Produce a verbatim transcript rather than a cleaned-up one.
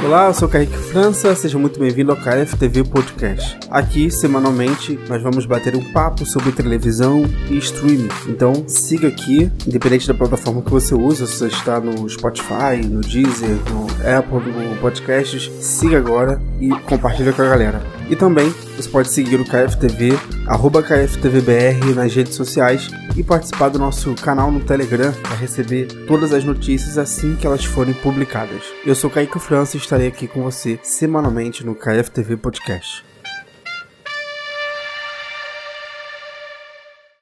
Olá, eu sou o Kaique França, seja muito bem-vindo ao K F T V Podcast. Aqui, semanalmente, nós vamos bater um papo sobre televisão e streaming. Então, siga aqui, independente da plataforma que você usa, se você está no Spotify, no Deezer, no Apple, no Podcasts, siga agora e compartilha com a galera. E também, você pode seguir o K F T V, arroba K F T V B R nas redes sociais e participar do nosso canal no Telegram para receber todas as notícias assim que elas forem publicadas. Eu sou Kaique França e estarei aqui com você semanalmente no K F T V Podcast.